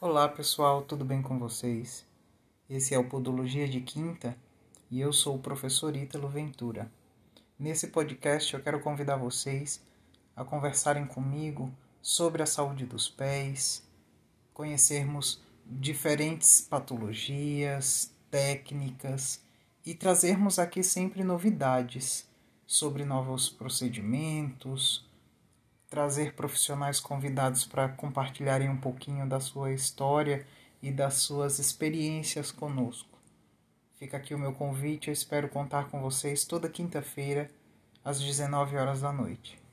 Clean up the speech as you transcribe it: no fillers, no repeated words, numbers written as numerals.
Olá pessoal, tudo bem com vocês? Esse é o Podologia de Quinta e eu sou o professor Ítalo Ventura. Nesse podcast eu quero convidar vocês a conversarem comigo sobre a saúde dos pés, conhecermos diferentes patologias, técnicas e trazermos aqui sempre novidades sobre novos procedimentos, trazer profissionais convidados para compartilharem um pouquinho da sua história e das suas experiências conosco. Fica aqui o meu convite, eu espero contar com vocês toda quinta-feira, às 19 horas da noite.